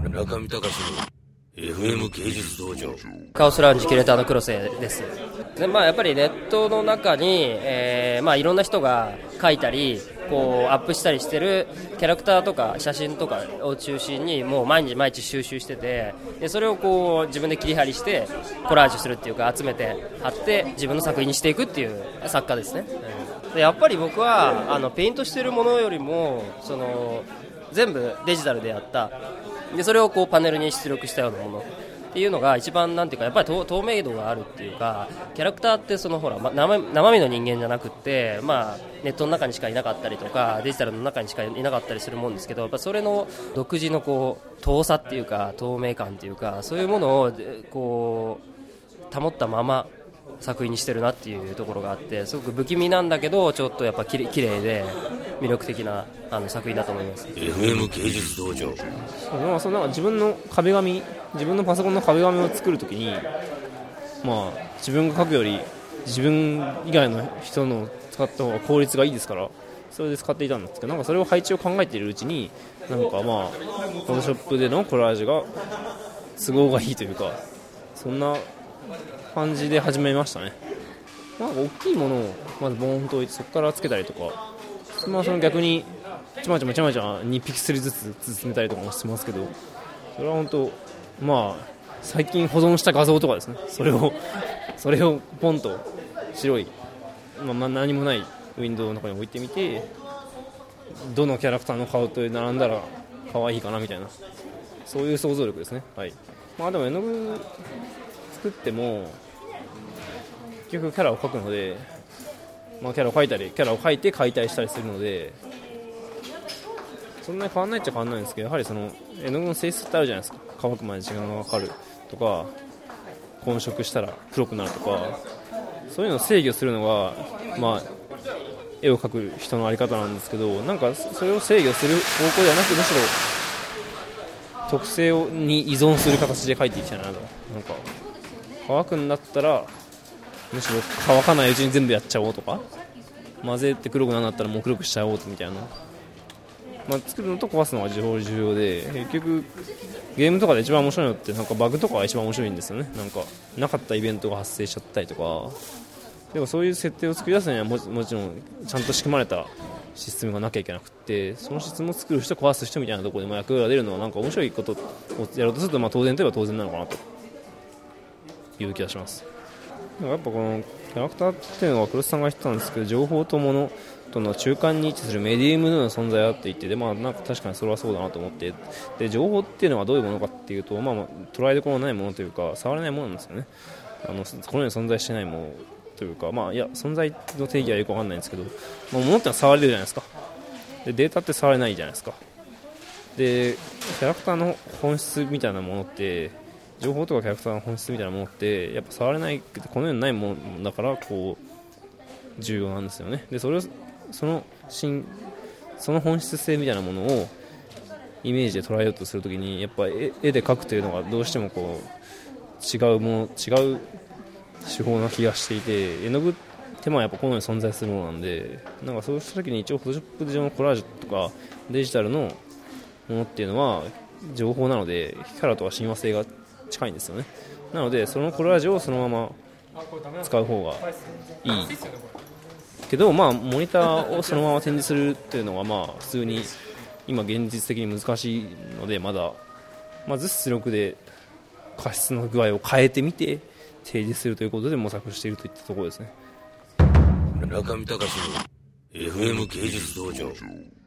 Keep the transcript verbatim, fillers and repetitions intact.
中見隆の エフエム 芸術道場。 カオスラウンジキュレーターの黒瀬です。で、まあ、やっぱりネットの中に、えーまあ、いろんな人が書いたりこうアップしたりしてるキャラクターとか写真とかを中心にもう毎日毎日収集してて、でそれをこう自分で切り貼りしてコラージュするっていうか集めて貼って自分の作品にしていくっていう作家ですね。でやっぱり僕はあのペイントしてるものよりもその全部デジタルでやったでそれをこうパネルに出力したようなものっていうのが一番なんていうかやっぱり透明度があるっていうか、キャラクターってそのほら、ま、生, 生身の人間じゃなくって、まあ、ネットの中にしかいなかったりとかデジタルの中にしかいなかったりするもんですけど、やっぱそれの独自のこう遠さっていうか透明感っていうかそういうものをこう保ったまま作品にしてるなっていうところがあって、すごく不気味なんだけどちょっとやっぱきれきれいで魅力的なあの作品だと思います。 エフエム 芸術道場。 そうそうなんか自分の壁紙自分のパソコンの壁紙を作るときに、まあ、自分が書くより自分以外の人の使った方が効率がいいですからそれで使っていたんですけど、なんかそれを配置を考えているうちになんかまあフォトショップでのコラージュが都合がいいというかそんな感じで始めましたね。なんか大きいものをまずボーンと置いてそこからつけたりとか、まあ、その逆にちまちまちまちまにピクセルずつ進めたりとかもしてますけど、それは本当まあ最近保存した画像とかですね、それをそれをポンと白い、まあ、まあ何もないウィンドウの中に置いてみてどのキャラクターの顔と並んだら可愛いかなみたいなそういう想像力ですね。はい。まあでも絵の具作っても結局キャラを描くので、まあ、キャラを描いたりキャラを描いて解体したりするのでそんなに変わんないっちゃ変わんないんですけど、やはりその絵の具の性質ってあるじゃないですか。乾くまで時間がかかるとか混色したら黒くなるとかそういうのを制御するのが、まあ、絵を描く人の在り方なんですけど、なんかそれを制御する方向ではなくむしろ特性をに依存する形で描いていきたいなと。なんか乾くんだったらむしろ乾かないうちに全部やっちゃおうとか混ぜて黒くなんだったらもう黒くしちゃおうみたいな、まあ、作るのと壊すのが重要で結局ゲームとかで一番面白いのってなんかバグとかが一番面白いんですよね。なんかなかったイベントが発生しちゃったりとか、でもそういう設定を作り出すには も, もちろんちゃんと仕組まれたシステムがなきゃいけなくて、そのシステムを作る人壊す人みたいなところでも役が出るのはなんか面白いことをやろうとするとまあ当然といえば当然なのかなという気がします。やっぱこのキャラクターっていうのは黒瀬さんが言ってたんですけど、情報と物との中間に位置するメディウムのような存在だって言ってで、まあ、なんか確かにそれはそうだなと思って、で情報っていうのはどういうものかっていうと、まあ、捉えどころのないものというか触れないものなんですよね。あのこの世に存在してないものというか、まあ、いや存在の定義はよく分かんないんですけど、まあ、物ってのは触れるじゃないですか。でデータって触れないじゃないですか。でキャラクターの本質みたいなものって情報とかキャラクターの本質みたいなものってやっぱ触れないこの世にないものだからこう重要なんですよね。でそれをその新その本質性みたいなものをイメージで捉えようとするときにやっぱ絵で描くというのがどうしてもこう違うもの違う手法な気がしていて、絵の具ってまあやっぱこの世に存在するものなんで、なんかそうしたときに一応フォトショップ上のコラージュとかデジタルのものっていうのは情報なのでキャラとは親和性が近いんですよね。なのでそのコラージュをそのまま使う方がいいけど、まあ、モニターをそのまま展示するっていうのはまあ普通に今現実的に難しいのでまだまず出力で加湿の具合を変えてみて提示するということで模索しているといったところですね。 中見隆の エフエム 芸術道場。